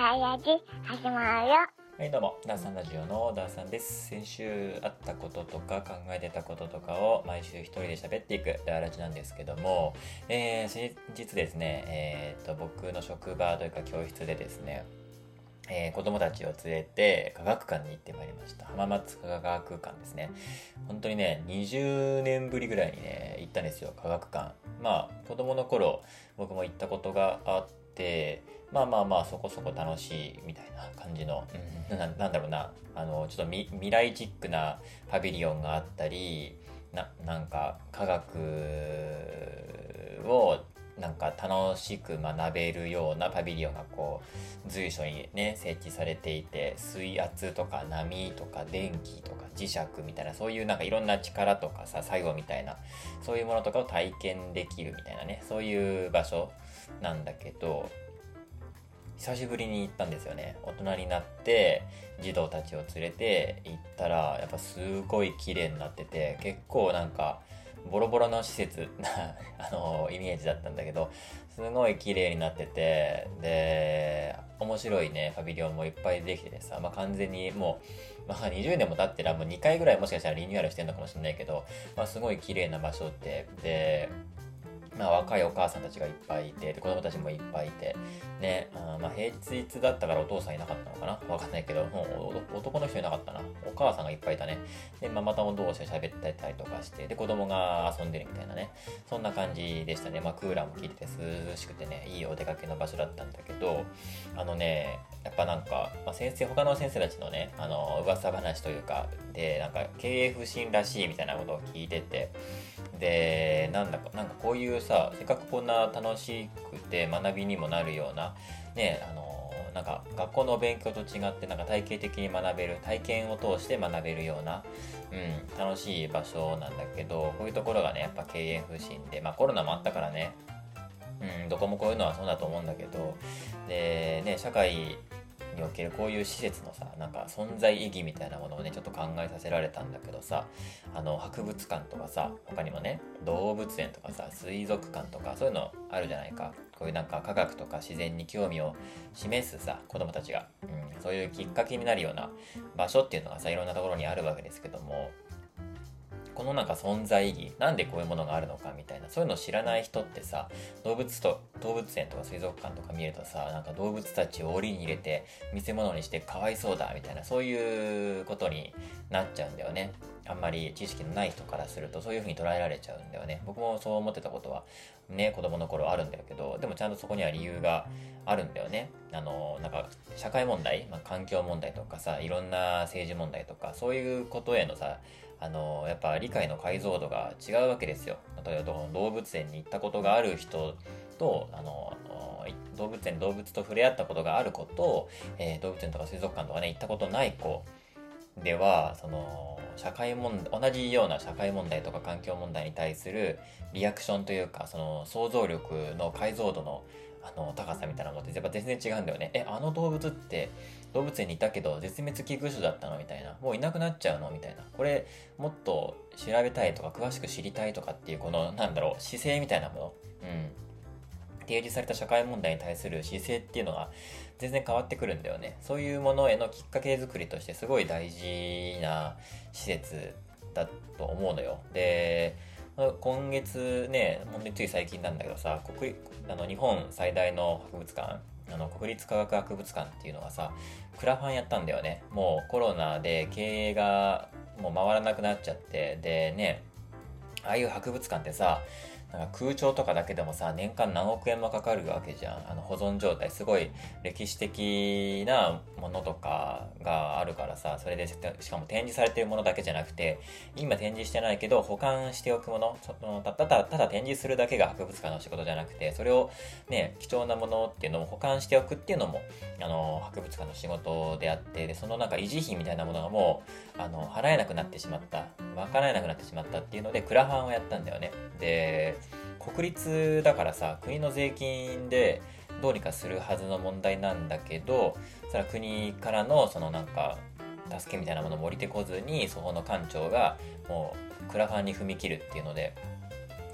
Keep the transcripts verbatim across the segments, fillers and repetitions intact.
ダイヤジ始まるよ。 はい、どうもダーさんラジオのダーさんです。先週あったこととか考えてたこととかを毎週一人で喋っていくダーラジなんですけども、えー、先日ですね、えー、と僕の職場というか教室でですね、えー、子供たちを連れて科学館に行ってまいりました。浜松科学館ですね。本当にね、にじゅうねんぶりぐらいにね、行ったんですよ、科学館。まあ、子供の頃、僕も行ったことがあって、まあまあまあ、そこそこ楽しいみたいな感じの、うん、な, なんだろうな、あの、ちょっとみ未来チックなパビリオンがあったり、な、なんか科学をなんか楽しく学べるようなパビリオンがこう随所にね設置されていて、水圧とか波とか電気とか磁石みたいな、そういうなんかいろんな力とかさ作用みたいな、そういうものとかを体験できるみたいなね、そういう場所なんだけど、久しぶりに行ったんですよね。大人になって児童たちを連れて行ったら、やっぱすごい綺麗になってて、結構なんかボロボロの施設なあのイメージだったんだけど、すごい綺麗になってて、で面白いねパビリオンもいっぱいできててさ、まあ、完全にもう、まあ、にじゅうねんも経ってらもうにかいぐらいもしかしたらリニューアルしてるのかもしれないけど、まあ、すごい綺麗な場所で、でまあ、若いお母さんたちがいっぱいいて、で子供たちもいっぱいいてね、あまあ平日だったからお父さんいなかったのかな、わかんないけど、もう男の人いなかったな、お母さんがいっぱいいたね。で、ママ友同士で喋ってたりとかして、で子供が遊んでるみたいなね、そんな感じでしたね。まあクーラーも効いてて涼しくてね、いいお出かけの場所だったんだけど、あのね、やっぱなんか、まあ、先生他の先生たちのね、あの噂話というかで、なんか経営不振らしいみたいなことを聞いてて、でなんだかなんかこういうさ、せっかくこんな楽しくて学びにもなるようなね、あのなんか学校の勉強と違ってなんか体系的に学べる、体験を通して学べるような、うん、楽しい場所なんだけど、こういうところがねやっぱ経営不振で、まあコロナもあったからね、うん、どこもこういうのはそうだと思うんだけど、でね、社会におけるこういう施設のさ、なんか存在意義みたいなものをねちょっと考えさせられたんだけどさ、あの博物館とかさ、他にもね動物園とかさ水族館とかそういうのあるじゃないか。こういうなんか科学とか自然に興味を示すさ子供たちが、うん、そういうきっかけになるような場所っていうのがさ、いろんなところにあるわけですけども、このなんか存在意義、なんでこういうものがあるのかみたいな、そういうのを知らない人ってさ、動物と動物園とか水族館とか見るとさ、なんか動物たちを檻に入れて見せ物にしてかわいそうだみたいな、そういうことになっちゃうんだよね。あんまり知識のない人からするとそういう風に捉えられちゃうんだよね。僕もそう思ってたことはね、子供の頃あるんだけど、でもちゃんとそこには理由があるんだよね。あのなんか社会問題、まあ、環境問題とかさ、いろんな政治問題とかそういうことへのさ、あのやっぱ理解の解像度が違うわけですよ。例えば動物園に行ったことがある人と、あの動物園動物と触れ合ったことがある子と、えー、動物園とか水族館とかね行ったことない子では、その社会問題、同じような社会問題とか環境問題に対するリアクションというか、その想像力の解像度のあの高さみたいなのってやっぱ全然違うんだよね。え、あの動物って動物園にいたけど絶滅危惧種だったのみたいな、もういなくなっちゃうのみたいな、これもっと調べたいとか詳しく知りたいとかっていう、このなんだろう、姿勢みたいなもの、うん提示された社会問題に対する姿勢っていうのが全然変わってくるんだよね。そういうものへのきっかけ作りとしてすごい大事な施設だと思うのよ。で、今月ね、ほんについ最近なんだけどさ、国あの日本最大の博物館、あの国立科学博物館っていうのがさ、クラファンやったんだよね。もうコロナで経営がもう回らなくなっちゃって、でね、ああいう博物館ってさ、なんか空調とかだけでもさ、年間何億円もかかるわけじゃん。あの保存状態、すごい歴史的なものとかがあるからさ、それでしかも展示されてるものだけじゃなくて、今展示してないけど保管しておくもの、そのたただただ展示するだけが博物館の仕事じゃなくて、それをね、貴重なものっていうのを保管しておくっていうのもあの博物館の仕事であって、でそのなんか維持費みたいなものがもうあの払えなくなってしまった、賄えなくなってしまったっていうのでクラファンをやったんだよね。で国立だからさ、国の税金でどうにかするはずの問題なんだけど、それは国からのそのなんか助けみたいなものも降りてこずに、そこの館長がもうクラファンに踏み切るっていうので、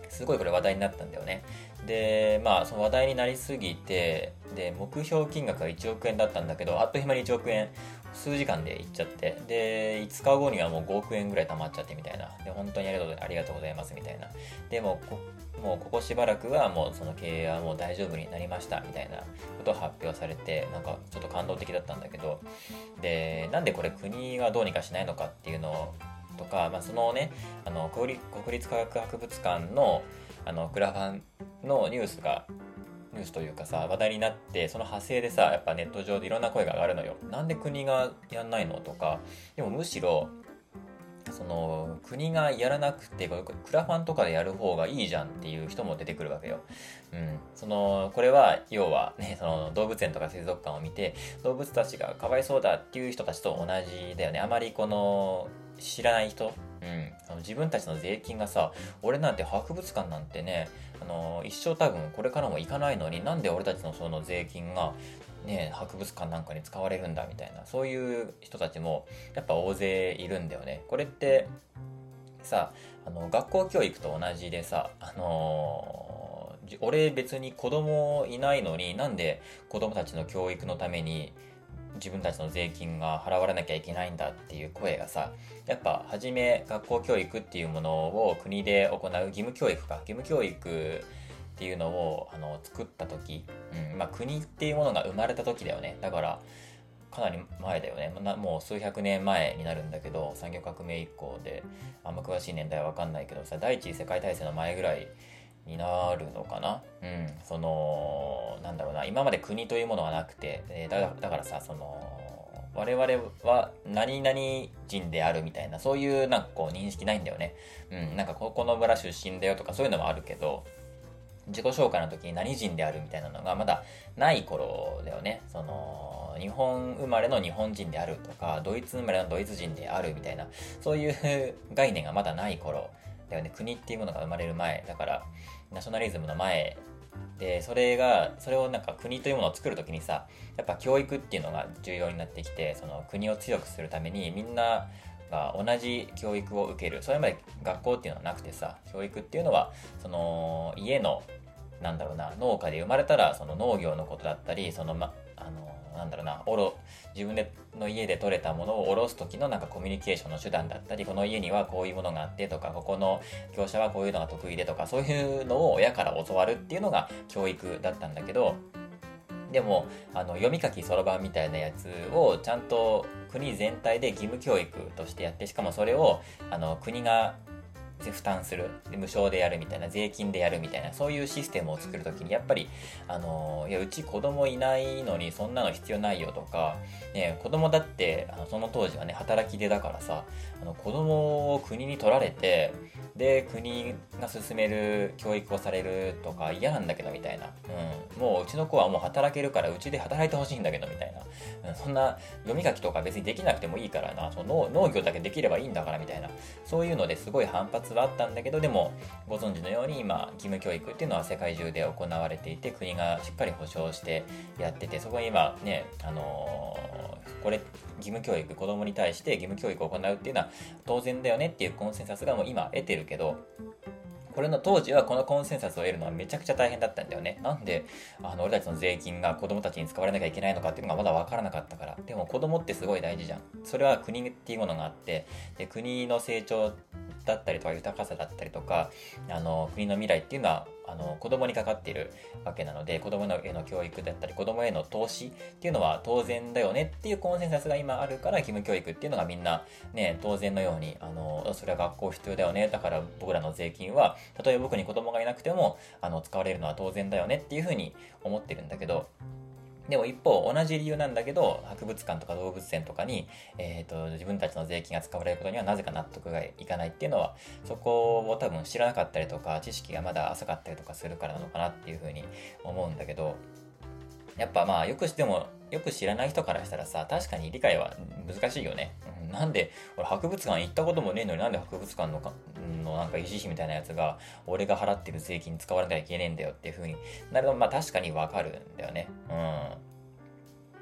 すごいこれ話題になったんだよね。で、まあ、その話題になりすぎて、で、目標金額がいちおくえんだったんだけど、あっという間にいちおくえん、数時間でいっちゃって、で、いつかごにはもうごおくえんぐらい貯まっちゃってみたいな。で、本当にありがとう、ありがとうございますみたいな。で、もうこ、もうここしばらくはもうその経営はもう大丈夫になりましたみたいなことを発表されて、なんかちょっと感動的だったんだけど、で、なんでこれ国はどうにかしないのかっていうのを、とか、まあ、そのね、あの国立、国立科学博物館のあのクラファンのニュースがニュースというかさ話題になって、その派生でさやっぱネット上でいろんな声が上がるのよ。なんで国がやんないのとか。でもむしろその国がやらなくてクラファンとかでやる方がいいじゃんっていう人も出てくるわけよ。うん、そのこれは要はね、その動物園とか水族館を見て動物たちがかわいそうだっていう人たちと同じだよね。あまりこの知らない人、うん、その自分たちの税金がさ、俺なんて博物館なんてね、あの一生多分これからも行かないのに、なんで俺たちのその税金がね、博物館なんかに使われるんだみたいな、そういう人たちもやっぱ大勢いるんだよね。これってさ、あの学校教育と同じでさ、あのー俺別に子供いないのになんで子供たちの教育のために自分たちの税金が払われなきゃいけないんだっていう声がさ、やっぱ初め学校教育っていうものを国で行う義務教育か義務教育っていうのをあの作った時、うんまあ、国っていうものが生まれた時だよね。だからかなり前だよね。もう数百年前になるんだけど、産業革命以降で、あんま詳しい年代はわかんないけどさ、第一次世界大戦の前ぐらいになるのかな。うん、そのなんだろうな、今まで国というものはなくて、えー、だ, だからさ、その我々は何々人であるみたいな、そういうなんかこう認識ないんだよね。うん、なんかここの村出身だよとかそういうのもあるけど、自己紹介の時に何人であるみたいなのがまだない頃だよね。その日本生まれの日本人であるとか、ドイツ生まれのドイツ人であるみたいな、そういう概念がまだない頃だよね。国っていうものが生まれる前だから、ナショナリズムの前で、それがそれをなんか国というものを作るときにさ、やっぱ教育っていうのが重要になってきて、その国を強くするためにみんなが同じ教育を受ける。それまで学校っていうのはなくてさ、教育っていうのはその家のなんだろうな、農家で生まれたらその農業のことだったり、そのまあのなんだろうな、おろ自分での家で採れたものをおろす時のなんかコミュニケーションの手段だったり、この家にはこういうものがあってとか、ここの業者はこういうのが得意でとか、そういうのを親から教わるっていうのが教育だったんだけど、でもあの読み書きそろばんみたいなやつをちゃんと国全体で義務教育としてやって、しかもそれをあの国が負担する、で無償でやるみたいな、税金でやるみたいな、そういうシステムを作るときにやっぱりあのいやうち子供いないのにそんなの必要ないよとか、ね、子供だってあのその当時はね働き手だからさ、あの子供を国に取られて、で国が進める教育をされるとか嫌なんだけどみたいな、うん、もううちの子はもう働けるからうちで働いてほしいんだけどみたいな、うん、そんな読み書きとか別にできなくてもいいからな、その農業だけできればいいんだからみたいな、そういうのですごい反発はあったんだけど、でもご存知のように今義務教育っていうのは世界中で行われていて、国がしっかり保障してやってて、そこに今ね、あのー、これ義務教育、子供に対して義務教育を行うっていうのは当然だよねっていうコンセンサスがもう今得てるけど、これの当時はこのコンセンサスを得るのはめちゃくちゃ大変だったんだよね。なんであの俺たちの税金が子供たちに使われなきゃいけないのかっていうのがまだ分からなかったから。でも子供ってすごい大事じゃん。それは国っていうものがあって、で国の成長だったりとか豊かさだったりとか、あの国の未来っていうのはあの子供にかかっているわけなので、子供への教育だったり子供への投資っていうのは当然だよねっていうコンセンサスが今あるから、義務教育っていうのがみんなね当然のように、あのそれは学校必要だよね、だから僕らの税金はたとえ僕に子供がいなくてもあの使われるのは当然だよねっていうふうに思ってるんだけど、でも一方同じ理由なんだけど博物館とか動物園とかに、えー、と自分たちの税金が使われることにはなぜか納得がいかないっていうのは、そこを多分知らなかったりとか知識がまだ浅かったりとかするからなのかなっていうふうに思うんだけど、やっぱまあよくしてもよく知らない人からしたらさ、確かに理解は難しいよね。うん、なんで俺博物館行ったこともねえのに、なんで博物館のかのなんか維持費みたいなやつが俺が払ってる税金に使われなきゃいけねえんだよっていう風になるの、まあ確かにわかるんだよね。うん。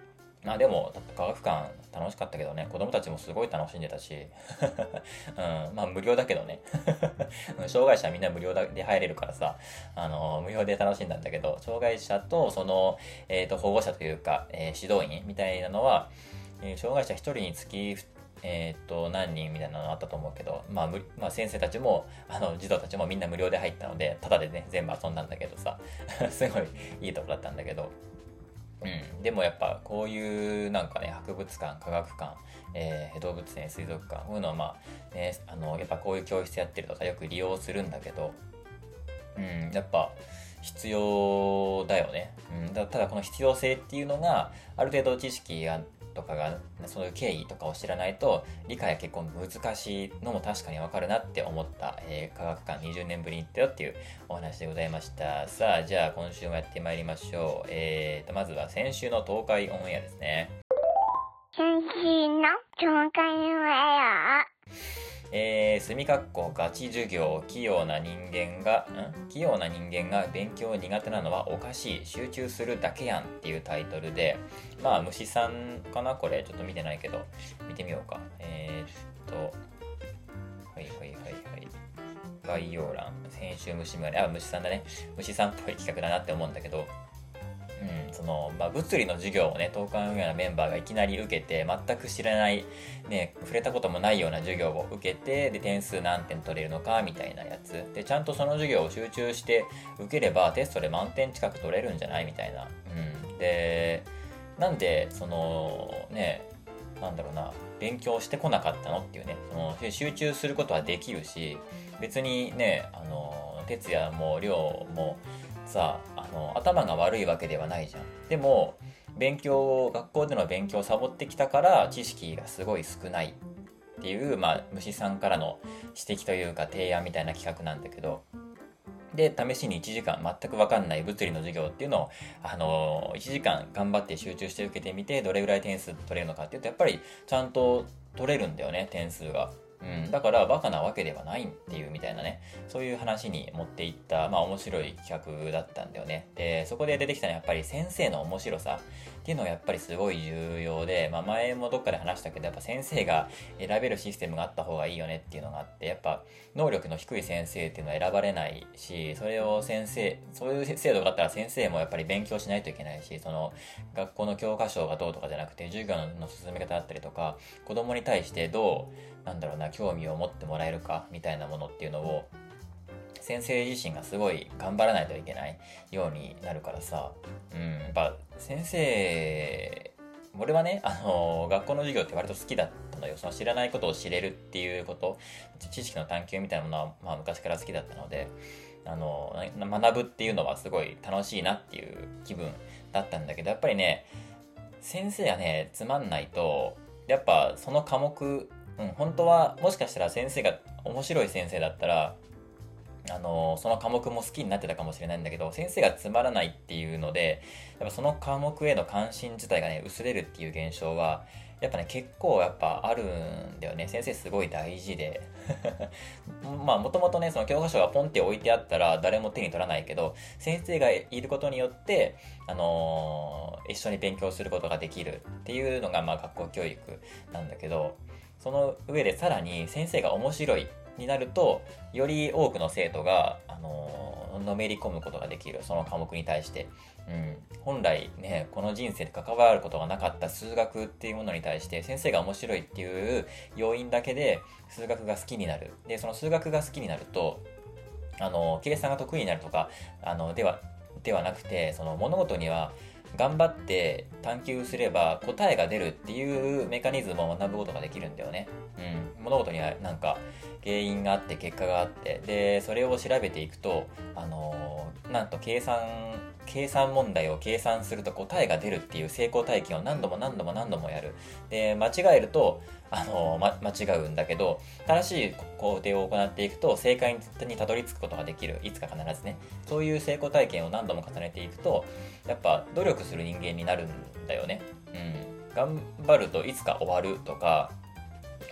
まあでも科学館楽しかったけどね、子供たちもすごい楽しんでたし、うん、まあ無料だけどね障害者みんな無料で入れるからさ、あの無料で楽しんだんだけど、障害者とその、えーと保護者というか、えー指導員みたいなのは、えー障害者ひとりにつきえー、と何人みたいなのあったと思うけど、まあ、まあ先生たちもあの児童たちもみんな無料で入ったので、タダでね全部遊んだんだけどさすごいいいとこだったんだけど、うん、でもやっぱこういうなんかね、博物館、科学館、えー動物園、水族館、こういうのはまあね、あのやっぱこういう教室やってるとさよく利用するんだけど、うん、やっぱ必要だよね、うん、だただこの必要性っていうのがある程度知識がとかがそういう経緯とかを知らないと理解は結構難しいのも確かにわかるなって思った、えー科学館にじゅうねんぶりに行ったよっていうお話でございました。さあ、じゃあ今週もやってまいりましょう。えーとまずは先週の東海オンエアですね。 先週の教会の絵は、 えー、墨括弧ガチ授業、器用な人間がん器用な人間が勉強苦手なのはおかしい、集中するだけやんっていうタイトルで、まあ虫さんかな、これちょっと見てないけど見てみようか。えー、っとはいはいはいはい概要欄、先週虫まで、あ、虫さんだね、虫さんっぽい企画だなって思うんだけど、うん、そのまあ、物理の授業をね、東海オンエアのメンバーがいきなり受けて、全く知らない、ね、触れたこともないような授業を受けて、で点数何点取れるのかみたいなやつで、ちゃんとその授業を集中して受ければテストで満点近く取れるんじゃないみたいな、うん、でなんでそのね、なんだろうな、勉強してこなかったのっていうね、その集中することはできるし、別にね、あの哲也も亮もさあ、の頭が悪いわけではないじゃん。でも勉強学校での勉強をサボってきたから知識がすごい少ないっていう、まあ、虫さんからの指摘というか提案みたいな企画なんだけど、で試しにいちじかん全く分かんない物理の授業っていうのを、あのいちじかん頑張って集中して受けてみて、どれぐらい点数取れるのかっていうと、やっぱりちゃんと取れるんだよね、点数が。うん、だからバカなわけではないっていうみたいなね、そういう話に持っていった、まあ面白い企画だったんだよね。で、そこで出てきたのはやっぱり先生の面白さっていうのがやっぱりすごい重要で、まあ前もどっかで話したけど、やっぱ先生が選べるシステムがあった方がいいよねっていうのがあって、やっぱ能力の低い先生っていうのは選ばれないし、それを先生、そういう制度があったら先生もやっぱり勉強しないといけないし、その学校の教科書がどうとかじゃなくて、授業の進め方だったりとか、子供に対してどうなんだろうな、興味を持ってもらえるかみたいなものっていうのを先生自身がすごい頑張らないといけないようになるからさ、うん、やっぱ先生、俺はね、あの学校の授業って割と好きだったのよ。その知らないことを知れるっていうこと、知識の探求みたいなものは、まあ、昔から好きだったので、あの学ぶっていうのはすごい楽しいなっていう気分だったんだけど、やっぱりね、先生がねつまんないと、やっぱその科目、うん、本当はもしかしたら先生が面白い先生だったら、あのその科目も好きになってたかもしれないんだけど、先生がつまらないっていうので、やっぱその科目への関心自体がね薄れるっていう現象はやっぱね結構やっぱあるんだよね。先生すごい大事でまあもともとね、その教科書がポンって置いてあったら誰も手に取らないけど、先生がいることによってあのー一緒に勉強することができるっていうのがまあ学校教育なんだけど、その上でさらに先生が面白いになると、より多くの生徒が、あのー、のめり込むことができる、その科目に対して、うん、本来ねこの人生で関わることがなかった数学っていうものに対して先生が面白いっていう要因だけで数学が好きになる。でその数学が好きになると、あのー計算が得意になるとか、あのではではなくて、その物事には頑張って探求すれば答えが出るっていうメカニズムを学ぶことができるんだよね。うん、物事にはなんか原因があって結果があって、でそれを調べていくと、あのーなんと計算計算問題を計算すると答えが出るっていう成功体験を何度も何度も何度もやる。で間違えると、あのーま、間違うんだけど、正しい工程を行っていくと正解にたどり着くことができる。いつか必ずね、そういう成功体験を何度も重ねていくと、やっぱ努力する人間になるんだよね。うん、頑張るといつか終わるとか、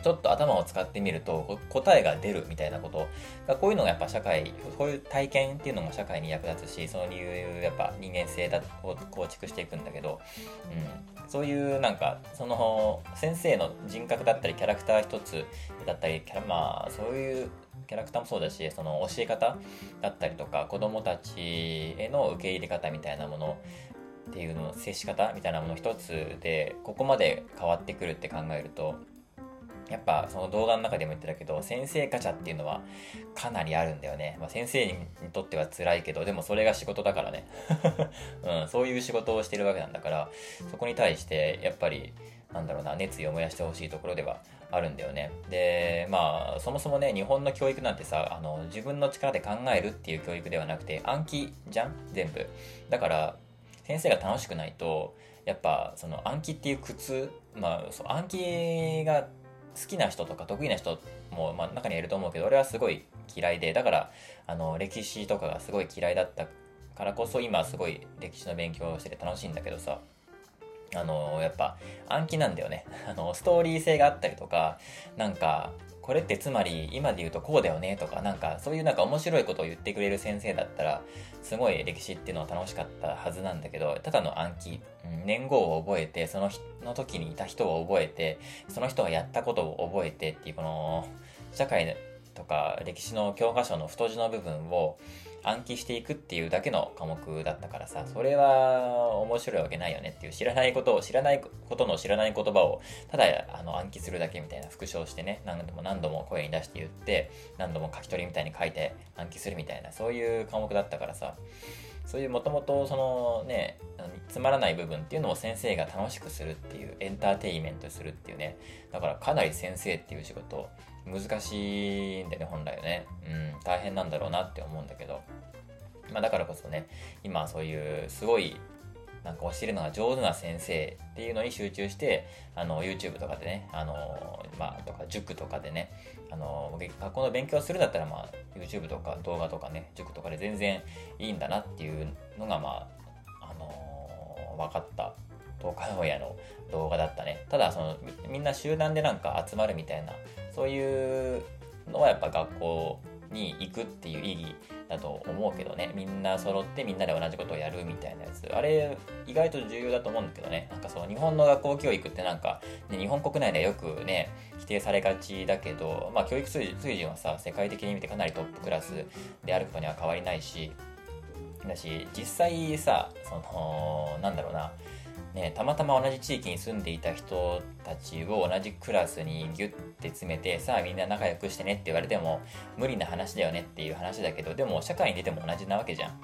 ちょっと頭を使ってみると答えが出るみたいなことが、こういうのがやっぱ社会、こういう体験っていうのが社会に役立つし、その理由やっぱ人間性を構築していくんだけど、うん、そういうなんかその先生の人格だったりキャラクター一つだったり、まあそういうキャラクターもそうだし、その教え方だったりとか子供たちへの受け入れ方みたいなものっていうの、接し方みたいなもの一つでここまで変わってくるって考えると、やっぱその動画の中でも言ってたけど、先生ガチャっていうのはかなりあるんだよね。まあ、先生にとっては辛いけど、でもそれが仕事だからね、うん、そういう仕事をしてるわけなんだから、そこに対してやっぱりなんだろうな、熱意を燃やしてほしいところではあるんだよね。で、まあそもそもね、日本の教育なんてさ、あの自分の力で考えるっていう教育ではなくて暗記じゃん、全部。だから先生が楽しくないと、やっぱその暗記っていう苦痛、まあそう暗記が好きな人とか得意な人も、まあ、中にはいると思うけど、俺はすごい嫌いで、だからあの歴史とかがすごい嫌いだったからこそ、今すごい歴史の勉強をしてて楽しいんだけどさ、あのやっぱ暗記なんだよね。あのストーリー性があったりとか、なんかこれってつまり今で言うとこうだよねとか、なんかそういうなんか面白いことを言ってくれる先生だったらすごい歴史っていうのは楽しかったはずなんだけど、ただの暗記、年号を覚えて、その日の時にいた人を覚えて、その人がやったことを覚えてっていう、この社会とか歴史の教科書の太字の部分を暗記していくっていうだけの科目だったからさ、それは面白いわけないよねっていう、知らないことを知らないことの知らない言葉をただあの暗記するだけみたいな、復唱してね、何度も何度も声に出して言って、何度も書き取りみたいに書いて暗記するみたいな、そういう科目だったからさ、そういうもともとそのね、つまらない部分っていうのを先生が楽しくするっていう、エンターテインメントするっていうね、だからかなり先生っていう仕事難しいんでね、本来はね、うん、大変なんだろうなって思うんだけど、まあだからこそね、今そういうすごいなんか教えるのが上手な先生っていうのに集中して、あの YouTube とかでね、あのまあとか塾とかでね、あの学校の勉強するんだったら、まあ YouTube とか動画とかね、塾とかで全然いいんだなっていうのが、まああの分かった東海オンエアの動画だったね。ただそのみんな集団でなんか集まるみたいな、そういうのはやっぱ学校に行くっていう意義だと思うけどね、みんな揃ってみんなで同じことをやるみたいなやつ、あれ意外と重要だと思うんだけどね。なんかそう日本の学校教育ってなんか、ね、日本国内でよくね否定されがちだけど、まあ教育水準はさ世界的に見てかなりトップクラスであることには変わりないし、だし実際さ、そのなんだろうな、ね、たまたま同じ地域に住んでいた人たちを同じクラスにギュッて詰めて、さあみんな仲良くしてねって言われても無理な話だよねっていう話だけど、でも社会に出ても同じなわけじゃん、うん、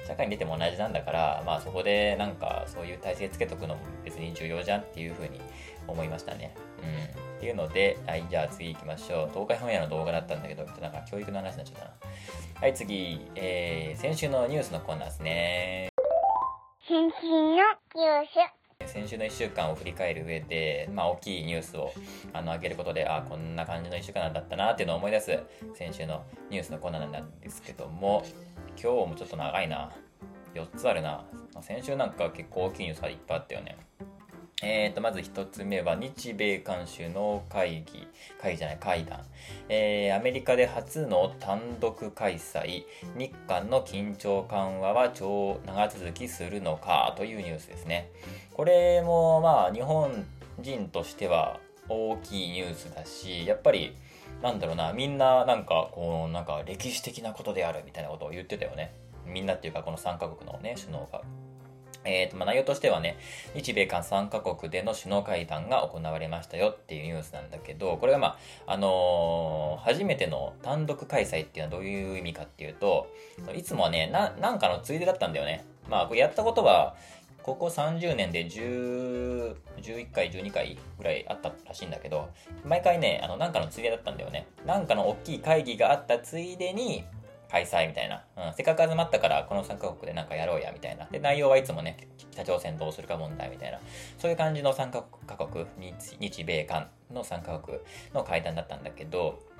社会に出ても同じなんだから、まあそこでなんかそういう体制つけとくのも別に重要じゃんっていうふうに思いましたね。うんっていうので、はい、じゃあ次行きましょう。東海本屋の動画だったんだけど、なんか教育の話になっちゃったな。はい、次、えー、先週のニュースのコーナーですね。 先週のニュース。先週のいっしゅうかんを振り返る上で、まあ、大きいニュースをあの上げることで、あこんな感じのいっしゅうかんだったなっていうのを思い出す先週のニュースのコーナーなんですけども、今日もちょっと長いな。よっつあるな。先週なんか結構大きいニュースがいっぱいあったよね。えーと、まず一つ目は日米韓首脳会議、会議じゃない、会談。えー、アメリカで初の単独開催、日韓の緊張緩和は長長続きするのかというニュースですね。これもまあ日本人としては大きいニュースだし、やっぱりなんだろうな、みんななんかこうなんか歴史的なことであるみたいなことを言ってたよね。みんなっていうかこのさんカ国のね首脳が。えーとまあ、内容としてはね、日米韓さんカ国での首脳会談が行われましたよっていうニュースなんだけど、これがまあ、あのー、初めての単独開催っていうのはどういう意味かっていうと、いつもはね、な、なんかのついでだったんだよね。まあ、これやったことは、ここさんじゅうねんでじゅう、じゅういっかい、じゅうにかいぐらいあったらしいんだけど、毎回ね、あの、なんかのついでだったんだよね。なんかの大きい会議があったついでに、開催みたいな、うん、せっかく集まったからこのさんカ国でなんかやろうやみたいな。で内容はいつもね、北朝鮮どうするか問題みたいな、そういう感じのさんカ国、日、日米韓のさんカ国の会談だったんだけど、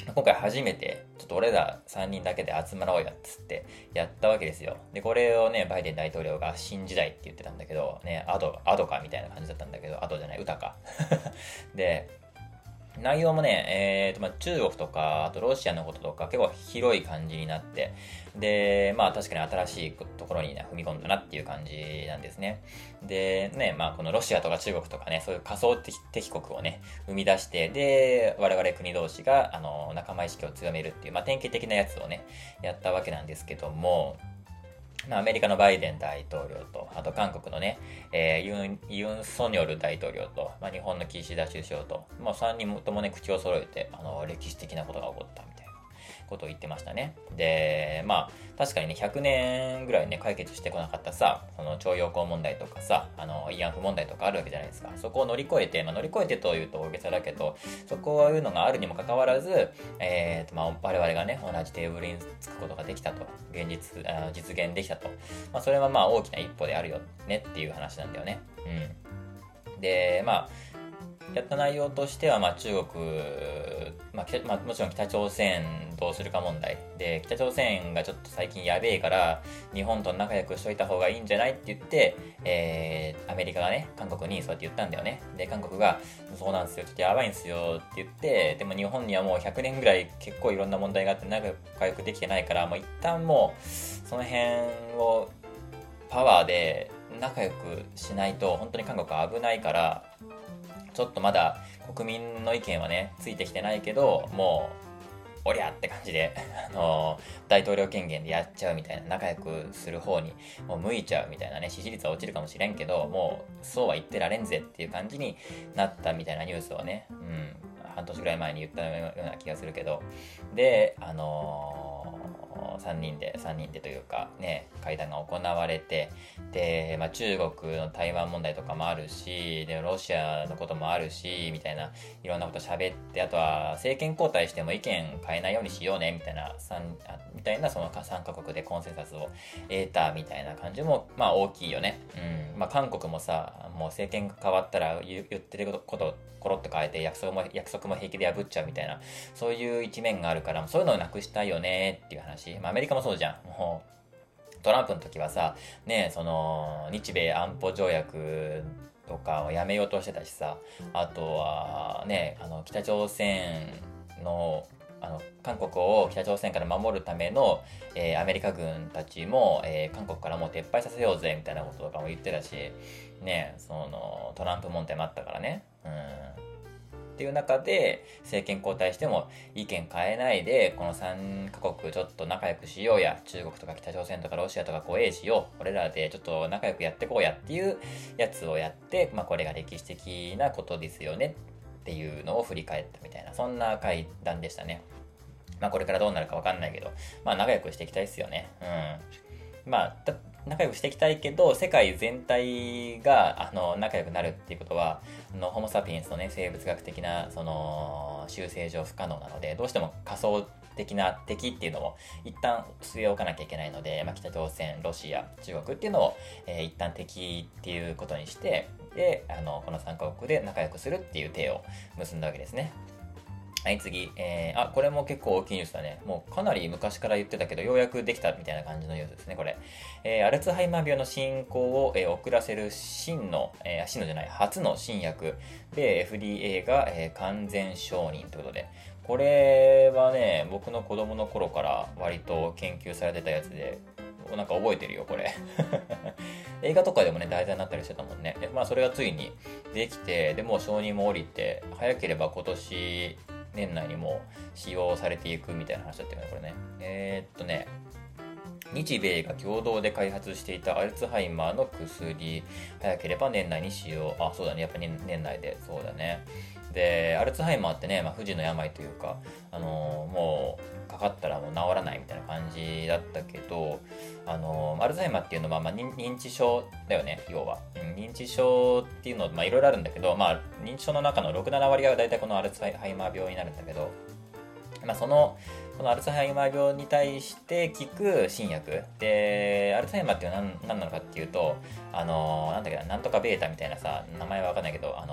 今回初めてちょっと俺らさんにんだけで集まろうやっつってやったわけですよ。でこれをねバイデン大統領が新時代って言ってたんだけどね、アドアドかみたいな感じだったんだけど、アドじゃない歌かで内容もね、えーとまあ、中国とかあとロシアのこととか結構広い感じになって、でまあ確かに新しいところに、ね、踏み込んだなっていう感じなんですね。でね、まあこのロシアとか中国とかね、そういう仮想的敵国をね生み出して、で我々国同士があの仲間意識を強めるっていう、まあ、典型的なやつをねやったわけなんですけども、アメリカのバイデン大統領と、あと韓国のね、えー、ユン、ユン・ソニョル大統領と、まあ、日本の岸田首相と、まあ、さんにんともね、口を揃えて、あの、歴史的なことが起こったみたいなことを言ってましたね。で、まあ、確かにね、ひゃくねんぐらいね、解決してこなかったさ、その徴用工問題とかさ、あの、慰安婦問題とかあるわけじゃないですか。そこを乗り越えて、まあ、乗り越えてというと大げさだけど、そこいうのがあるにもかかわらず、えーと、まあ、我々がね、同じテーブルにつくことができたと、現実、あ実現できたと。まあ、それはまあ、大きな一歩であるよねっていう話なんだよね。うん。で、まあ、やった内容としては、まあ、中国、まあまあ、もちろん北朝鮮どうするか問題で、北朝鮮がちょっと最近やべえから日本と仲良くしといた方がいいんじゃないって言って、えー、アメリカがね韓国にそうやって言ったんだよね。で韓国がそうなんですよ、ちょっとやばいんですよって言って、でも日本にはもうひゃくねんぐらい結構いろんな問題があって仲良くできてないから、もう一旦もうその辺をパワーで仲良くしないと本当に韓国は危ないから、ちょっとまだ国民の意見はねついてきてないけど、もうおりゃって感じであのー、大統領権限でやっちゃうみたいな、仲良くする方にもう向いちゃうみたいなね、支持率は落ちるかもしれんけど、もうそうは言ってられんぜっていう感じになったみたいなニュースをね、うん、半年ぐらい前に言ったような気がするけど、であのーさんにんでさんにんでというかね会談が行われて、で、まあ、中国の台湾問題とかもあるし、でロシアのこともあるしみたいな、いろんなこと喋って、あとは政権交代しても意見変えないようにしようねみたいなさんみたいな、そのさんカ国でコンセンサスを得たみたいな感じもまあ大きいよね。うん、まあ韓国もさ、もう政権が変わったら言ってることコロッと変えて約束も約束も平気で破っちゃうみたいな、そういう一面があるから、そういうのをなくしたいよねっていう話。まあアメリカもそうじゃん。もうトランプの時はさ、ね、その日米安保条約とかをやめようとしてたしさ、あとはね、あの北朝鮮のあの韓国を北朝鮮から守るための、えー、アメリカ軍たちも、えー、韓国からもう撤廃させようぜみたいなこととかも言ってたし、ね、そのトランプ問題もあったからね。うんっていう中で政権交代しても意見変えないで、このさんカ国ちょっと仲良くしようや、中国とか北朝鮮とかロシアとか怖えしよう、俺らでちょっと仲良くやってこうやっていうやつをやって、まあこれが歴史的なことですよねっていうのを振り返ったみたいな、そんな会談でしたね。まあこれからどうなるかわかんないけど、まあ仲良くしていきたいですよね。うん。まあ仲良くしていきたいけど、世界全体があの仲良くなるっていうことは、あのホモ・サピエンスのね生物学的なその習性上不可能なので、どうしても仮想的な敵っていうのを一旦据え置かなきゃいけないので、まあ、北朝鮮、ロシア、中国っていうのを、えー、一旦敵っていうことにして、であのこのさんカ国で仲良くするっていう手を結んだわけですね。はい、次。えー、あ、これも結構大きいニュースだね。もうかなり昔から言ってたけど、ようやくできたみたいな感じのニュースですね、これ。えー、アルツハイマー病の進行を、えー、遅らせる真の、えー、真のじゃない、初の新薬で エフディーエー が、えー、完全承認ということで、これはね、僕の子供の頃から割と研究されてたやつで、なんか覚えてるよ、これ。映画とかでもね、題材になったりしてたもんね。まあ、それがついにできて、でもう承認も降りて、早ければ今年、年内にも使用されていくみたいな話だったよね、これね。えー、っとね、日米が共同で開発していたアルツハイマーの薬、早ければ年内に使用。あ、そうだね、やっぱり年内で、そうだね。で、アルツハイマーってね、まあ、不治の病というか、あのー、もうかかったらもう治らないみたいな感じだったけど、あのー、アルツハイマーっていうのは、まあ、認知症だよね、要は。認知症っていうのは、まあ、いろいろあるんだけど、まあ、認知症の中のろく、なな割が大体このアルツハイマー病になるんだけど、まあ、その、このアルツハイマー病に対して効く新薬で、アルツハイマーっていうのは何なのかっていうと、あのー、なんだっけな、なんとかベータみたいなさ、名前はわかんないけど、あの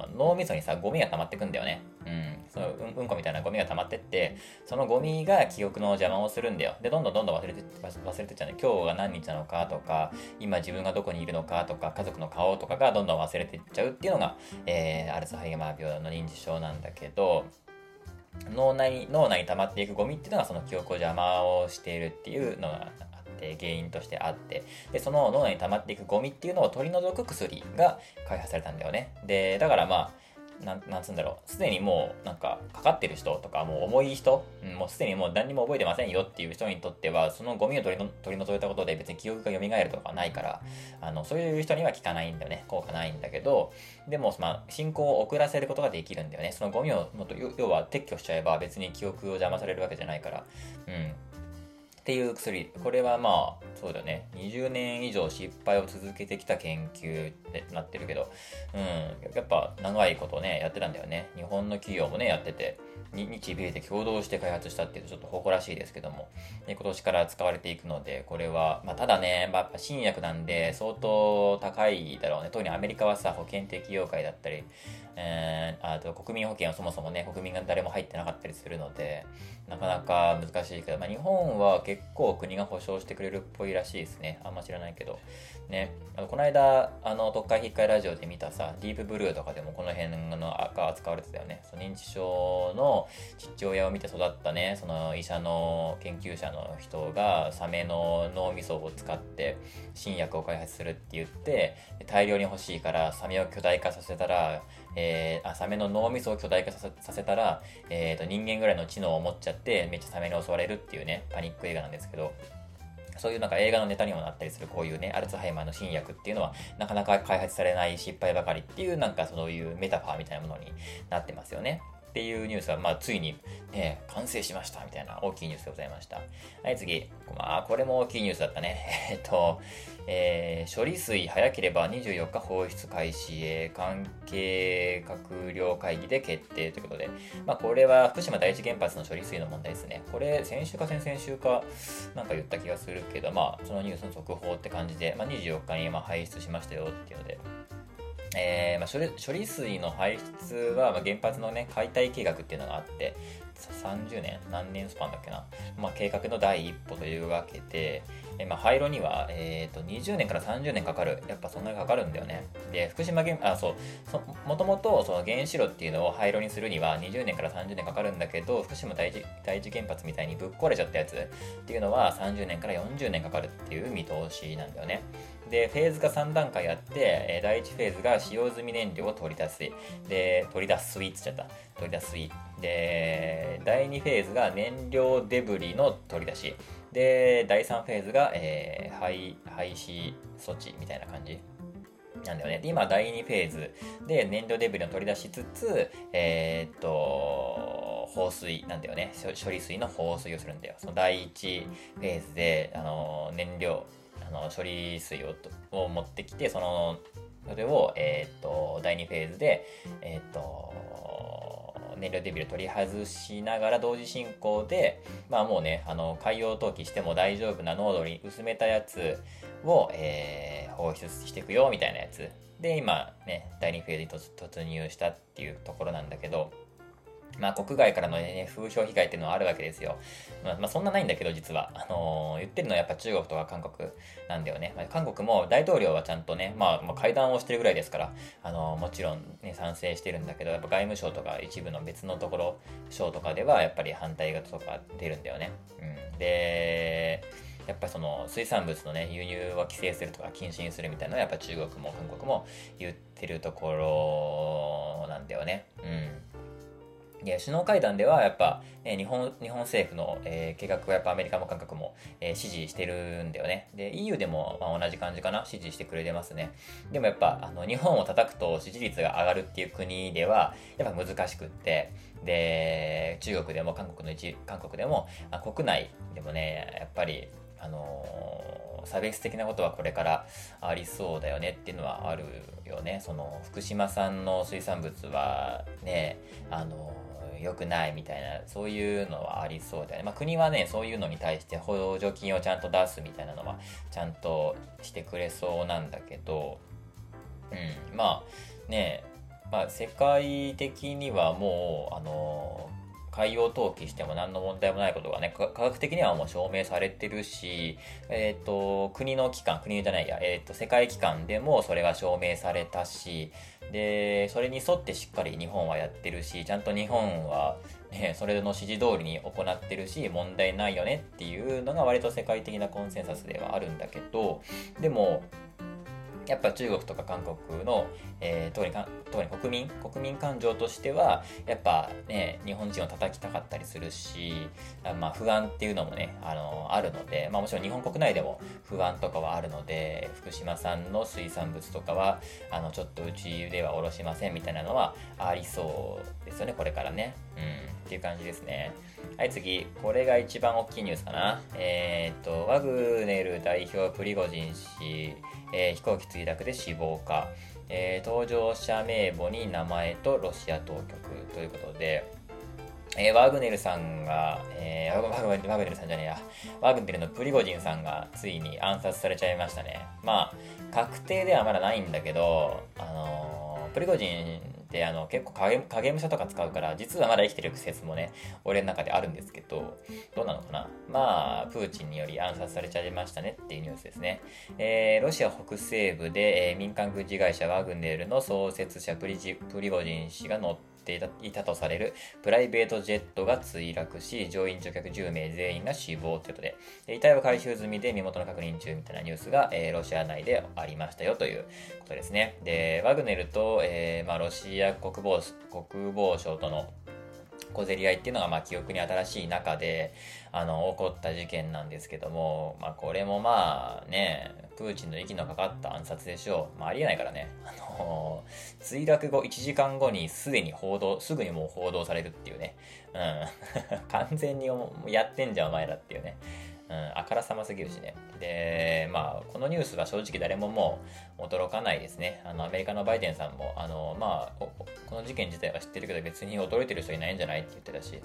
脳みそにさ、ゴミが溜まってくんだよね。うん。そのうん、うんこみたいなゴミが溜まってって、そのゴミが記憶の邪魔をするんだよ。で、どんどんどんどん忘れて、忘れてっちゃうね。今日が何日なのかとか、今自分がどこにいるのかとか、家族の顔とかがどんどん忘れてっちゃうっていうのが、えー、アルツハイマー病の認知症なんだけど、脳内、脳内に溜まっていくゴミっていうのがその記憶を邪魔をしているっていうのが原因としてあって、でその脳内に溜まっていくゴミっていうのを取り除く薬が開発されたんだよね。でだからまあなんなんつうんだろう、すでにもうなんかかかってる人とかもう重い人、うん、もうすでにもう何にも覚えてませんよっていう人にとっては、そのゴミを取りの取り除いたことで別に記憶が蘇るとかないから、あのそういう人には効かないんだよね、効果ないんだけど、でも、まあ、進行を遅らせることができるんだよね。そのゴミをもっと要は撤去しちゃえば別に記憶を邪魔されるわけじゃないから、うんっていう薬。これはまあそうだね、にじゅうねん以上失敗を続けてきた研究ってなってるけど、うん、やっぱ長いことねやってたんだよね。日本の企業もねやってて、日米で共同して開発したっていうとちょっと誇らしいですけども、今年から使われていくので、これはまあただね、まあ、新薬なんで相当高いだろうね。特にアメリカはさ、保険適用外だったり、えー、あと国民保険はそもそもね国民が誰も入ってなかったりするので、なかなか難しいけど、まあ、日本は結構国が保証してくれるっぽいらしいですね。あんま知らないけどね。あのこの間あの特会引っかいラジオで見たさ、ディープブルーとかでもこの辺の赤扱われてたよね。その認知症の父親を見て育ったね、その医者の研究者の人がサメの脳みそを使って新薬を開発するって言って、大量に欲しいからサメを巨大化させたら、えー、あサメの脳みそを巨大化させ、させたら、えーと、人間ぐらいの知能を持っちゃってめっちゃサメに襲われるっていうね、パニック映画なんですけど、そういうなんか映画のネタにもなったりするこういうね、アルツハイマーの新薬っていうのはなかなか開発されない失敗ばかりっていう、なんかそういうメタファーみたいなものになってますよね。っていうニュースが、まあ、ついに、ね、完成しましたみたいな大きいニュースでございました。はい、次。まあ、これも大きいニュースだったね。えっと、えー、処理水早ければにじゅうよっか放出開始へ関係閣僚会議で決定ということで、まあ、これは福島第一原発の処理水の問題ですね。これ、先週か先々週かなんか言った気がするけど、まあ、そのニュースの速報って感じで、まあ、にじゅうよっかにまあ排出しましたよっていうので、えーまあ、処理処理水の排出は、まあ、原発のね解体計画っていうのがあって、さんじゅうねん何年スパンだっけな、まあ、計画の第一歩というわけで、えーまあ、廃炉には、えー、とにじゅうねんからさんじゅうねんかかる。やっぱそんなにかかるんだよね。で福島原あそうそもともとその原子炉っていうのを廃炉にするにはにじゅうねんからさんじゅうねんかかるんだけど、福島第一第一原発みたいにぶっ壊れちゃったやつっていうのはさんじゅうねんからよんじゅうねんかかるっていう見通しなんだよね。でフェーズがさん段階あって、だいいちフェーズが使用済み燃料を取り出す。で、取り出すイっつっちゃった。取り出すイ。で、だいにフェーズが燃料デブリの取り出し。で、だいさんフェーズが、えー、廃廃止措置みたいな感じなんだよね。で、今、だいにフェーズで燃料デブリを取り出しつつ、えー、っと、放水なんだよね。処理水の放水をするんだよ。そのだいいちフェーズで、あの燃料、あの処理水をを持ってきて、そのそれを、えー、とだいにフェーズで、えー、と燃料デビル取り外しながら同時進行で、まあもうね、あの海洋投棄しても大丈夫な濃度に薄めたやつを、えー、放出していくよみたいなやつで、今ねだいにフェーズに突入したっていうところなんだけど、まあ国外からの、ね、風評被害っていうのはあるわけですよ。まあ、まあ、そんなないんだけど実は、あのー、言ってるのはやっぱ中国とか韓国なんだよね。まあ、韓国も大統領はちゃんとね、まあ、まあ、会談をしてるぐらいですから、あのー、もちろん、ね、賛成してるんだけど、やっぱ外務省とか一部の別のところ省とかではやっぱり反対とか出るんだよね。うん、でやっぱりその水産物のね輸入は規制するとか禁止にするみたいなのはやっぱ中国も韓国も言ってるところなんだよね。うんで首脳会談ではやっぱ、えー、日本日本政府の、えー、計画はやっぱアメリカも韓国も、えー、支持してるんだよね。で イーユー でも、まあ、同じ感じかな、支持してくれてますね。でもやっぱあの日本を叩くと支持率が上がるっていう国ではやっぱ難しくって、で中国でも韓国の一韓国でも、まあ、国内でもねやっぱりあのー、差別的なことはこれからありそうだよねっていうのはあるよね。その福島産の水産物はねあのー良くないみたいな、そういうのはありそうだよね。まあ、国はねそういうのに対して補助金をちゃんと出すみたいなのはちゃんとしてくれそうなんだけど、うんまあねまあ世界的にはもうあの海洋投棄しても何の問題もないことがね、科学的にはもう証明されてるし、えっと、国の機関、国じゃないや、えっと、世界機関でもそれが証明されたし、で、それに沿ってしっかり日本はやってるし、ちゃんと日本はね、それの指示通りに行ってるし、問題ないよねっていうのが割と世界的なコンセンサスではあるんだけど、でも、やっぱ中国とか韓国の、えー、特にか特に国民国民感情としてはやっぱね日本人を叩きたかったりするし、まあ、不安っていうのもね あのあるので、まあ、もちろん日本国内でも不安とかはあるので、福島産の水産物とかはあのちょっとうちではおろしませんみたいなのはありそうですよね、これからね。うんっていう感じですね。はい、次。これが一番大きいニュースかな。えー、っと、ワグネル代表プリゴジン氏、えー、飛行機墜落で死亡か、えー、搭乗者名簿に名前とロシア当局ということで、えー、ワグネルさんが、えー、ワグワグネルさんじゃねえや、ワグネルのプリゴジンさんがついに暗殺されちゃいましたね。まあ、確定ではまだないんだけど、あのー、プリゴジンであの結構影影武者とか使うから実はまだ生きてる説もね俺の中であるんですけど、どうなのかな。まあプーチンにより暗殺されちゃいましたねっていうニュースですね。えー、ロシア北西部で、えー、民間軍事会社ワグネルの創設者プリジプリゴジン氏が乗っていた、いたとされるプライベートジェットが墜落し、乗員乗客じゅうめい全員が死亡ということで、遺体は回収済みで身元の確認中みたいなニュースが、えー、ロシア内でありましたよということですね。でワグネルと、えーまあ、ロシア国防国防省との小競り合いっていうのがまあ記憶に新しい中であの起こった事件なんですけども、まあ、これもまあねプーチンの息のかかった暗殺でしょう。まあ、ありえないからね、あのー、墜落後いちじかんごにすでに報道すぐにもう報道されるっていうね、うん、完全にやってんじゃんお前らっていうね、うん、あからさますぎるしね。で、まあ、このニュースは正直誰ももう驚かないですね。あの、アメリカのバイデンさんも、あの、まあ、この事件自体は知ってるけど別に驚いてる人いないんじゃないって言ってたし、うん。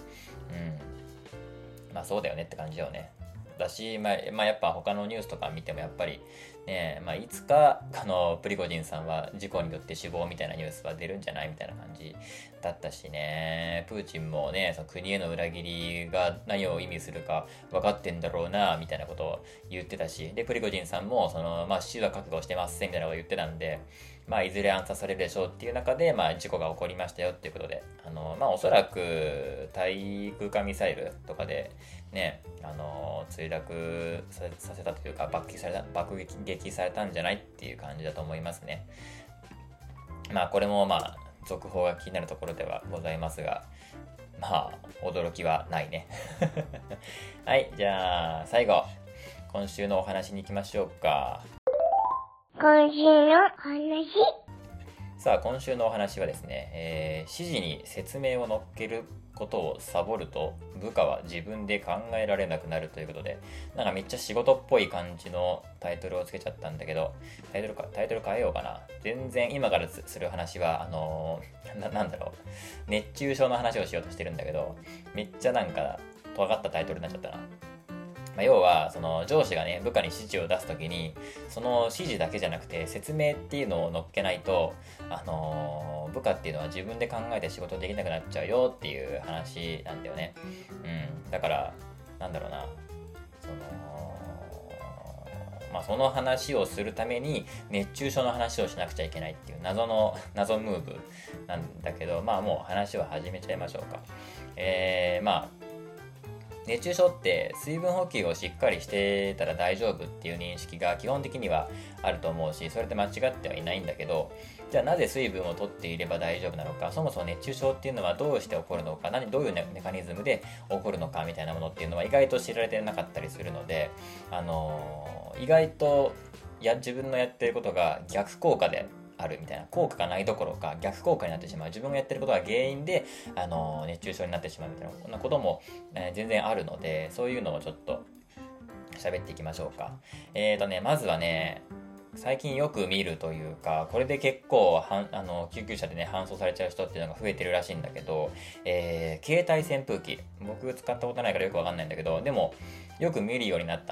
まあ、そうだよねって感じだよね。だし、まあ、まあ、やっぱ他のニュースとか見てもやっぱりね、まあ、いつかあのプリゴジンさんは事故によって死亡みたいなニュースは出るんじゃないみたいな感じだったしね、プーチンもねその国への裏切りが何を意味するか分かってんだろうなみたいなことを言ってたし、でプリゴジンさんもその、まあ、死は覚悟してますみたいなことを言ってたんで、まあ、いずれ暗殺されるでしょうっていう中で、まあ、事故が起こりましたよっていうことで、あの、まあ、おそらく対空間ミサイルとかでね、あの墜落させたというか爆撃された爆撃されたんじゃないっていう感じだと思いますね。まあこれもまあ続報が気になるところではございますが、まあ驚きはないねはい、じゃあ最後今週のお話に行きましょうか。 今週のお話。 さあ今週のお話はですね、えー、指示に説明を載っけることをサボると部下は自分で考えられなくなるということで、なんかめっちゃ仕事っぽい感じのタイトルをつけちゃったんだけど、タイトルかタイトル変えようかな。全然今からする話はあのー、な, なんだろう熱中症の話をしようとしてるんだけど、めっちゃなんか尖ったタイトルになっちゃったな。まあ、要はその上司がね部下に指示を出すときにその指示だけじゃなくて説明っていうのを乗っけないと、あのー、部下っていうのは自分で考えて仕事できなくなっちゃうよっていう話なんだよね。うん、だからなんだろうな、そのまあその話をするために熱中症の話をしなくちゃいけないっていう謎の謎ムーブなんだけど、まあもう話を始めちゃいましょうか。えー、まあ熱中症って水分補給をしっかりしてたら大丈夫っていう認識が基本的にはあると思うし、それって間違ってはいないんだけど、じゃあなぜ水分を取っていれば大丈夫なのか、そもそも熱中症っていうのはどうして起こるのか、何どういうメカニズムで起こるのかみたいなものっていうのは意外と知られてなかったりするので、あのー、意外とや自分のやってることが逆効果であるみたいな、効果がないどころか逆効果になってしまう、自分がやってることが原因で、あのー、熱中症になってしまうみたいなこんなことも、えー、全然あるので、そういうのをちょっと喋っていきましょうか。えーとねまずはね、最近よく見るというか、これで結構はあの救急車でね搬送されちゃう人っていうのが増えてるらしいんだけど、えー、携帯扇風機、僕使ったことないからよくわかんないんだけど、でもよく見るようになったね。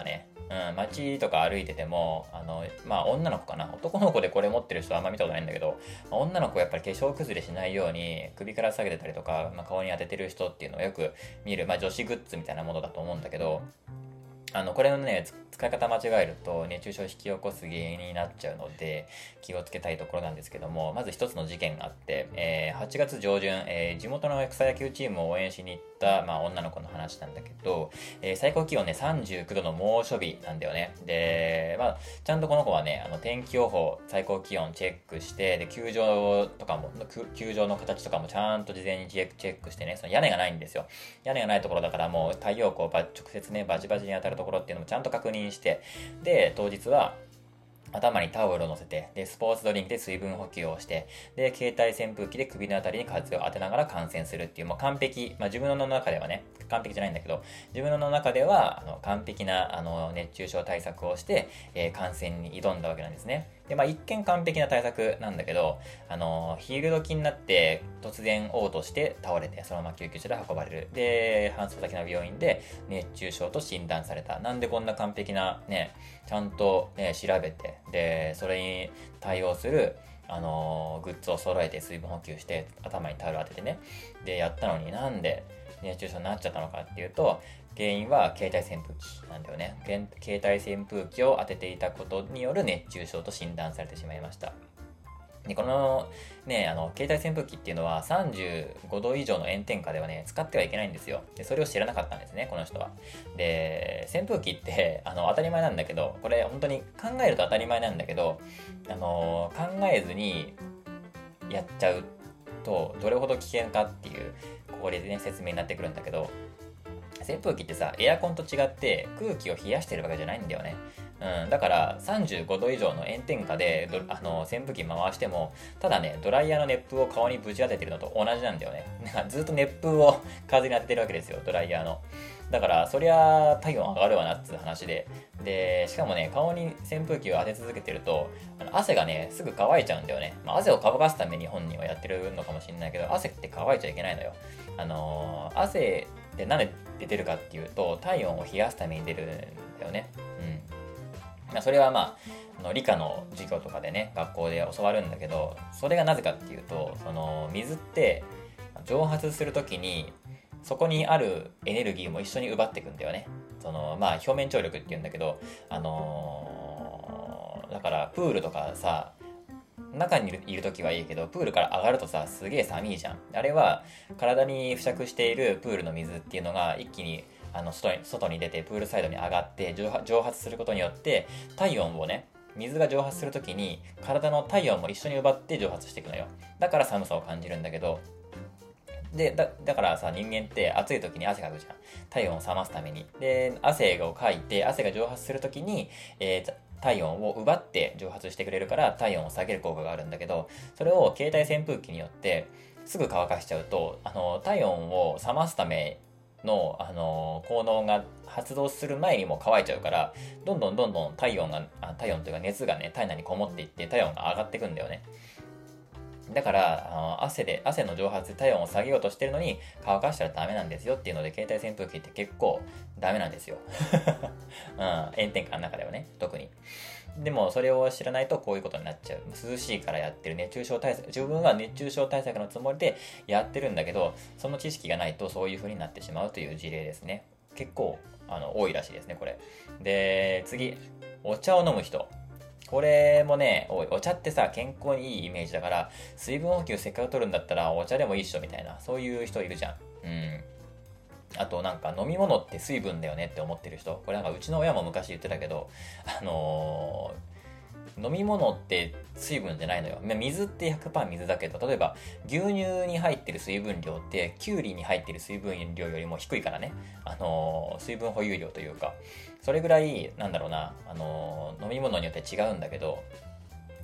うん、街とか歩いてても、あの、まあ女の子かな。男の子でこれ持ってる人はあんま見たことないんだけど、まあ女の子はやっぱり化粧崩れしないように首から下げてたりとか、まあ、顔に当ててる人っていうのをよく見る、まあ女子グッズみたいなものだと思うんだけど、あの、これのね、使い方間違えると熱中症を引き起こす原因になっちゃうので気をつけたいところなんですけども、まず一つの事件があって、えー、はちがつ上旬、えー、地元の草野球チームを応援しに行った、まあ、女の子の話なんだけど、えー、最高気温ねさんじゅうきゅうどの猛暑日なんだよね。で、まあ、ちゃんとこの子はね、あの天気予報最高気温チェックして、で球場とかも球場の形とかもちゃんと事前にチェックしてね、その屋根がないんですよ。屋根がないところだからもう太陽光直接ねバチバチに当たるところっていうのもちゃんと確認して、で当日は頭にタオルを乗せて、で、スポーツドリンクで水分補給をして、で、携帯扇風機で首のあたりに風を当てながら観戦するっていう、もう完璧、まあ自分の中ではね、完璧じゃないんだけど、自分の中では、あの、完璧な、あの、熱中症対策をして、えー、観戦に挑んだわけなんですね。で、まあ一見完璧な対策なんだけど、あの、昼時になって突然嘔吐して倒れて、そのまま救急車で運ばれる。で、搬送先の病院で熱中症と診断された。なんでこんな完璧なね、ちゃんと、ね、調べて、で、それに対応する、あのー、グッズを揃えて水分補給して頭にタオル当ててね、でやったのになんで熱中症になっちゃったのかっていうと、原因は携帯扇風機なんだよね。携帯扇風機を当てていたことによる熱中症と診断されてしまいました。で、このね、あの、携帯扇風機っていうのはさんじゅうごど以上の炎天下ではね、使ってはいけないんですよ。で、それを知らなかったんですね、この人は。で、扇風機って、あの、当たり前なんだけど、これ本当に考えると当たり前なんだけど、あの、考えずにやっちゃうと、どれほど危険かっていう、これでね、説明になってくるんだけど、扇風機ってさ、エアコンと違って空気を冷やしてるわけじゃないんだよね。うん、だからさんじゅうごど以上の炎天下であの扇風機回しても、ただね、ドライヤーの熱風を顔にぶち当ててるのと同じなんだよね。ずっと熱風を風に当ててるわけですよ、ドライヤーの。だからそりゃ体温上がるわなっつう話で、でしかもね、顔に扇風機を当て続けてるとあの汗がねすぐ乾いちゃうんだよね。まあ、汗を乾かすために本人はやってるのかもしれないけど、汗って乾いちゃいけないのよ。あのー、汗ってなんで出てるかっていうと、体温を冷やすために出るんだよね。うん。それはまあ、あの理科の授業とかでね、学校で教わるんだけど、それがなぜかっていうと、その水って蒸発するときにそこにあるエネルギーも一緒に奪っていくんだよね。そのまあ表面張力っていうんだけど、あのー、だからプールとかさ、中にいるときはいいけど、プールから上がるとさ、すげえ寒いじゃん。あれは体に付着しているプールの水っていうのが一気にあの 外に外に出てプールサイドに上がって蒸発することによって体温をね、水が蒸発するときに体の体温も一緒に奪って蒸発していくのよ。だから寒さを感じるんだけど、で だ, だからさ、人間って暑い時に汗かくじゃん、体温を冷ますために。で汗をかいて汗が蒸発する時に、えー体温を奪って蒸発してくれるから体温を下げる効果があるんだけど、それを携帯扇風機によってすぐ乾かしちゃうと、あの体温を冷ますための、あの効能が発動する前にも乾いちゃうから、どんどんどんどん体温が体温というか熱がね体内にこもっていって体温が上がっていくんだよね。だからあの汗で汗の蒸発で体温を下げようとしてるのに乾かしたらダメなんですよっていうので、携帯扇風機って結構ダメなんですよ、うん、炎天下の中ではね、特に。でもそれを知らないとこういうことになっちゃう。涼しいからやってる熱中症対策、自分は熱中症対策のつもりでやってるんだけど、その知識がないとそういう風になってしまうという事例ですね。結構あの多いらしいですね、これ。で次、お茶を飲む人。これもね、お茶ってさ、健康にいいイメージだから、水分補給せっかく取るんだったらお茶でもいいっしょみたいな、そういう人いるじゃん。うん。あとなんか飲み物って水分だよねって思ってる人。これなんかうちの親も昔言ってたけど、あのー、飲み物って水分じゃないのよ。水って ひゃくパーセント 水だけど、例えば牛乳に入ってる水分量ってキュウリに入ってる水分量よりも低いからね。あのー、水分保有量というか、それぐらいなんだろうな、あのー、飲み物によって違うんだけど、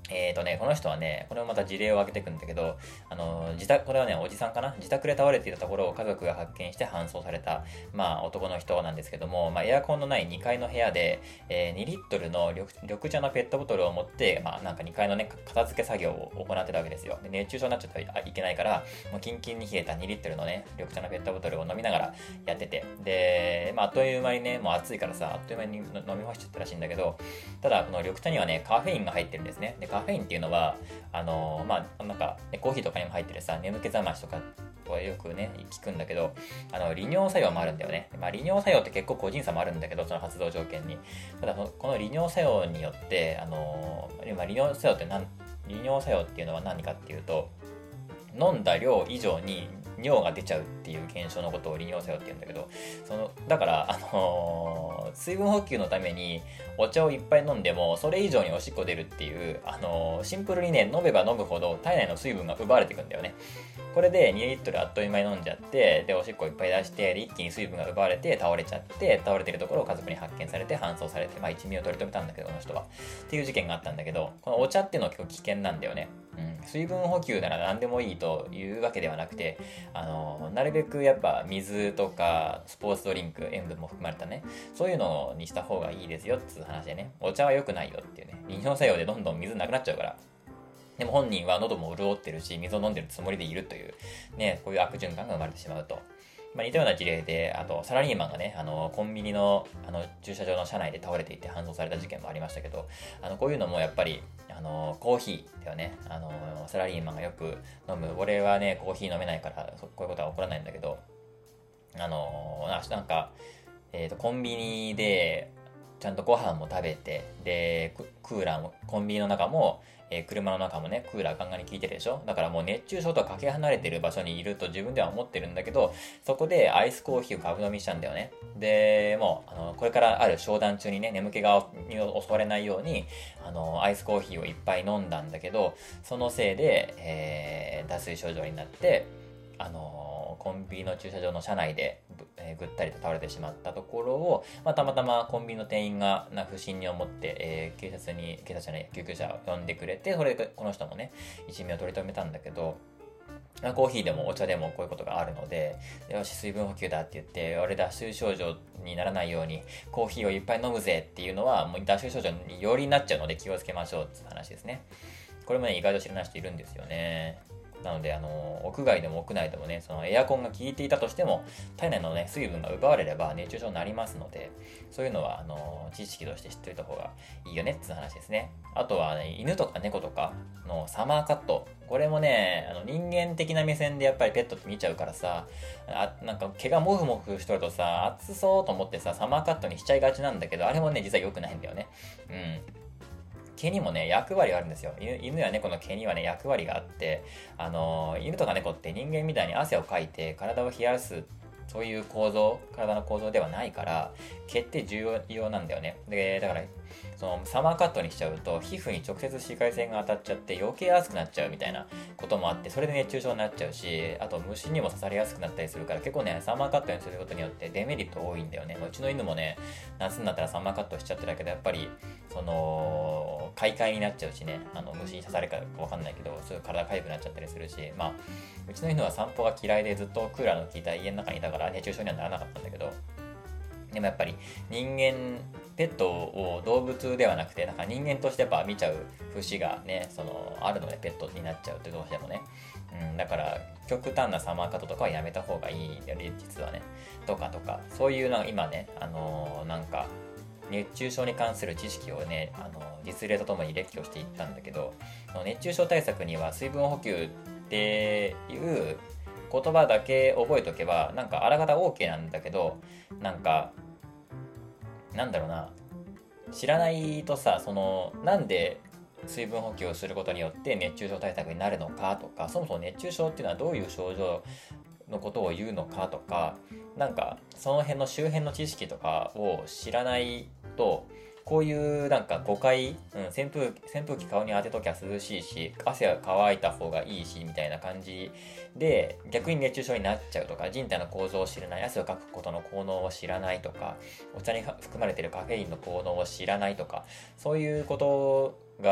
えーとね、この人はね、これもまた事例を挙げていくんだけど、あの、自宅、これはね、おじさんかな自宅で倒れていたところを家族が発見して搬送された、まあ、男の人なんですけども、まあ、エアコンのないにかいの部屋で、えー、にリットルの緑、緑茶のペットボトルを持って、まあ、なんかにかいのね、片付け作業を行ってたわけですよ。で、熱中症になっちゃったらいけないから、もうキンキンに冷えたにリットルのね、緑茶のペットボトルを飲みながらやってて、で、まあ、あっという間にね、もう暑いからさ、あっという間に飲み干しちゃったらしいんだけど、ただ、この緑茶にはね、カフェインが入ってるんですね。で、カフェインっていうのは、あのー、まあ、なんか、ね、コーヒーとかにも入ってるさ、眠気覚ましとかはよくね、聞くんだけど、あの、利尿作用もあるんだよね。まあ、利尿作用って結構個人差もあるんだけど、その発動条件に。ただ、この利尿作用によって、あのー、まあ、利尿作用って何、利尿作用っていうのは何かっていうと、飲んだ量以上に尿が出ちゃうっていう現象のことを利尿作用って言うんだけど、そのだからあのー、水分補給のためにお茶をいっぱい飲んでもそれ以上におしっこ出るっていう、あのー、シンプルにね、飲めば飲むほど体内の水分が奪われていくんだよね。これでにリットルあっという間に飲んじゃって、でおしっこいっぱい出して一気に水分が奪われて倒れちゃって、倒れてるところを家族に発見されて搬送されて、まあ一命を取り留めたんだけど、この人はっていう事件があったんだけど、このお茶っていうのは結構危険なんだよね。うん、水分補給なら何でもいいというわけではなくて、あのなるべくやっぱ水とかスポーツドリンク、塩分も含まれたね、そういうのにした方がいいですよっていう話でね、お茶は良くないよっていうね、利尿作用でどんどん水なくなっちゃうから。でも本人は喉も潤ってるし、水を飲んでるつもりでいるというね、こういう悪循環が生まれてしまうと。まあ、似たような事例で、あとサラリーマンがね、あのコンビニのあの駐車場の車内で倒れていて搬送された事件もありましたけど、あのこういうのもやっぱりあのコーヒーだよね、あのサラリーマンがよく飲む。俺はね、コーヒー飲めないからこういうことは起こらないんだけど、あのなんか、えーと、コンビニでちゃんとご飯も食べて、でクーラーもコンビニの中も、えー、車の中もね、クーラーガンガンに効いてるでしょ。だからもう熱中症とはかけ離れてる場所にいると自分では思ってるんだけど、そこでアイスコーヒーを株飲みしたんだよね。で、もう、あの、これからある商談中にね、眠気がに襲われないように、あの、アイスコーヒーをいっぱい飲んだんだけど、そのせいで、えー、脱水症状になって、あの、コンビニの駐車場の車内で、えー、ぐったりと倒れてしまったところを、まあ、たまたまコンビニの店員がな不審に思って、えー、警察に、警察じゃない、救急車を呼んでくれて、それでこの人もね、一命を取り留めたんだけど、コーヒーでもお茶でもこういうことがあるので、よし、水分補給だって言って、俺脱水症状にならないようにコーヒーをいっぱい飲むぜっていうのは、もう脱水症状によりなっちゃうので気をつけましょうって話ですね。これもね、意外と知らない人いるんですよね。なので、あの、屋外でも屋内でもね、そのエアコンが効いていたとしても、体内のね、水分が奪われれば熱中症になりますので、そういうのは、あの、知識として知っておいた方がいいよねっていう話ですね。あとは、ね、犬とか猫とかのサマーカット。これもね、あの人間的な目線でやっぱりペットって見ちゃうからさ、あなんか毛がモフモフしとるとさ、暑そうと思ってさ、サマーカットにしちゃいがちなんだけど、あれもね、実は良くないんだよね。うん。毛にもね、役割があるんですよ。犬や猫の毛にはね、役割があって、あのー、犬とか猫って人間みたいに汗をかいて体を冷やす、そういう構造、体の構造ではないから、毛って重要なんだよね。で、だから、そのサマーカットにしちゃうと、皮膚に直接紫外線が当たっちゃって余計熱くなっちゃうみたいなこともあって、それで熱中症になっちゃうし、あと虫にも刺されやすくなったりするから、結構ね、サマーカットにすることによってデメリット多いんだよね。うちの犬もね、夏になったらサマーカットしちゃってたけど、やっぱり、その、快快になっちゃうしね、あの虫に刺されるかわかんないけど、そういう体かゆくなっちゃったりするし、まあ、うちの犬は散歩が嫌いでずっとクーラーの効いた家の中にいたから熱中症にはならなかったんだけど、でもやっぱり人間、ペットを動物ではなくて、なんか人間としてやっぱ見ちゃう節がね、その、あるのでペットになっちゃうってどうしてもね。うん、だから、極端なサマーカットとかはやめた方がいいんだよね、実はね。とかとか、そういうの今ね、あのー、なんか、熱中症に関する知識をね、あの実例とともに列挙していったんだけど、熱中症対策には水分補給っていう言葉だけ覚えとけばなんかあらがた OK なんだけど、なんかなんだろうな、知らないとさ、そのなんで水分補給をすることによって熱中症対策になるのかとか、そもそも熱中症っていうのはどういう症状のことを言うのかとか、なんかその辺の周辺の知識とかを知らないと、こういうなんか誤解、うん、扇風扇風機顔に当てときゃ涼しいし、汗が乾いた方がいいしみたいな感じで逆に熱中症になっちゃうとか、人体の構造を知らない、汗をかくことの効能を知らないとか、お茶に含まれているカフェインの効能を知らないとか、そういうことが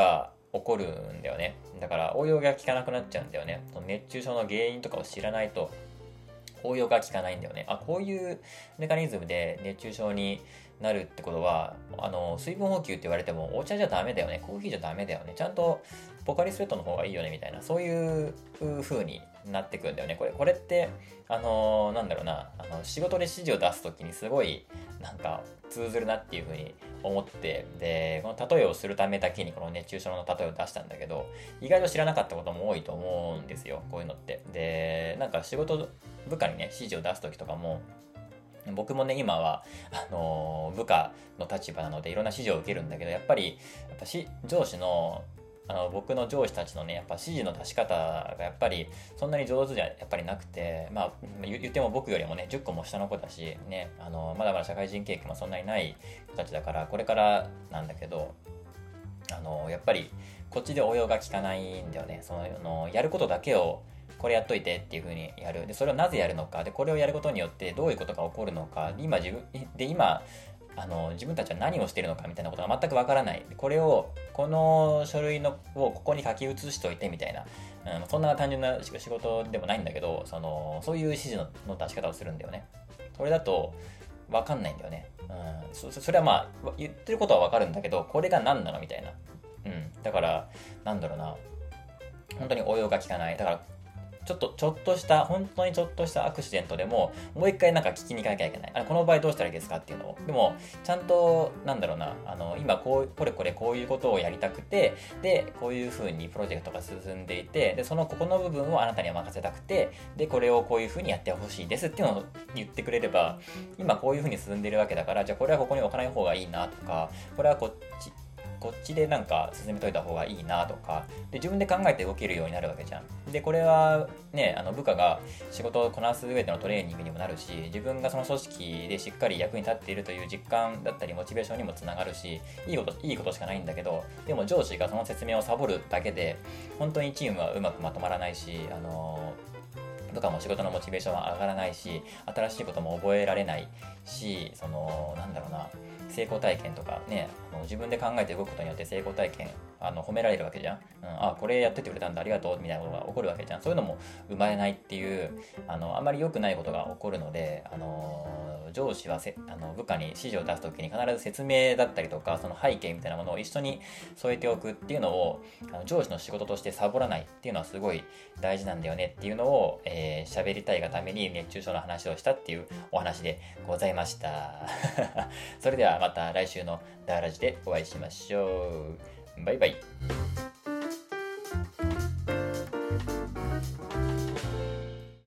起こるんだよね。だから応用が効かなくなっちゃうんだよね。その熱中症の原因とかを知らないと応用が効かないんだよね。あ、こういうメカニズムで熱中症になるってことは、あの水分補給って言われてもお茶じゃダメだよね、コーヒーじゃダメだよね、ちゃんとポカリスエットの方がいいよねみたいな、そういう風になってくんだよね。これこれってあのなんだろうな、あの仕事で指示を出すときにすごいなんか通ずるなっていう風に思って、でこの例えをするためだけにこの熱中症の例えを出したんだけど、意外と知らなかったことも多いと思うんですよ、こういうのって。でなんか仕事部下にね指示を出すときとかも、僕もね今はあの部下の立場なのでいろんな指示を受けるんだけど、やっぱりやっぱし上司のあの僕の上司たちのねやっぱ指示の出し方がやっぱりそんなに上手じゃやっぱりなくて、まあ言っても僕よりもねじゅっこも下の子だしね、あのまだまだ社会人経験もそんなにない人たちだからこれからなんだけど、あのやっぱりこっちで応用が効かないんだよね。そのやることだけをこれやっといてっていう風にやる。でそれをなぜやるのか、でこれをやることによってどういうことが起こるのか、今自分で今あの自分たちは何をしているのかみたいなことが全くわからない。これをこの書類のをここに書き写しといてみたいな、うん、そんな単純な仕事でもないんだけど、そのそういう指示のの出し方をするんだよね。それだとわかんないんだよね。うん、そ, それはまあ言ってることはわかるんだけど、これが何なのみたいな。うん、だからなんだろうな、本当に応用が効かない。だからちょっと、ちょっとした、本当にちょっとしたアクシデントでも、もう一回なんか聞きに行かなきゃいけない。あれ、この場合どうしたらいいですかっていうのを。でも、ちゃんと、なんだろうな、あの、今こう、これこれこういうことをやりたくて、で、こういう風にプロジェクトが進んでいて、で、そのここの部分をあなたには任せたくて、で、これをこういう風にやってほしいですっていうのを言ってくれれば、今こういう風に進んでいるわけだから、じゃあこれはここに置かない方がいいなとか、これはこっち、こっちでなんか進めといた方がいいなとかで、自分で考えて動けるようになるわけじゃん。でこれはね、あの部下が仕事をこなす上でのトレーニングにもなるし、自分がその組織でしっかり役に立っているという実感だったりモチベーションにもつながるし、いいこといいことしかないんだけど、でも上司がその説明をサボるだけで本当にチームはうまくまとまらないし、あの部下も仕事のモチベーションは上がらないし、新しいことも覚えられないし、そのなんだろうな、成功体験とかね、あの自分で考えて動くことによって成功体験あの褒められるわけじゃん、うん、あこれやっててくれたんだありがとうみたいなことが起こるわけじゃん。そういうのも生まれないっていう、あのあまり良くないことが起こるので、あの上司はせあの部下に指示を出すときに必ず説明だったりとかその背景みたいなものを一緒に添えておくっていうのを、あの上司の仕事としてサボらないっていうのはすごい大事なんだよねっていうのを喋、えー、りたいがために熱中症の話をしたっていうお話でございましたそれではまた来週のダーラジでお会いしましょう。バイバイ。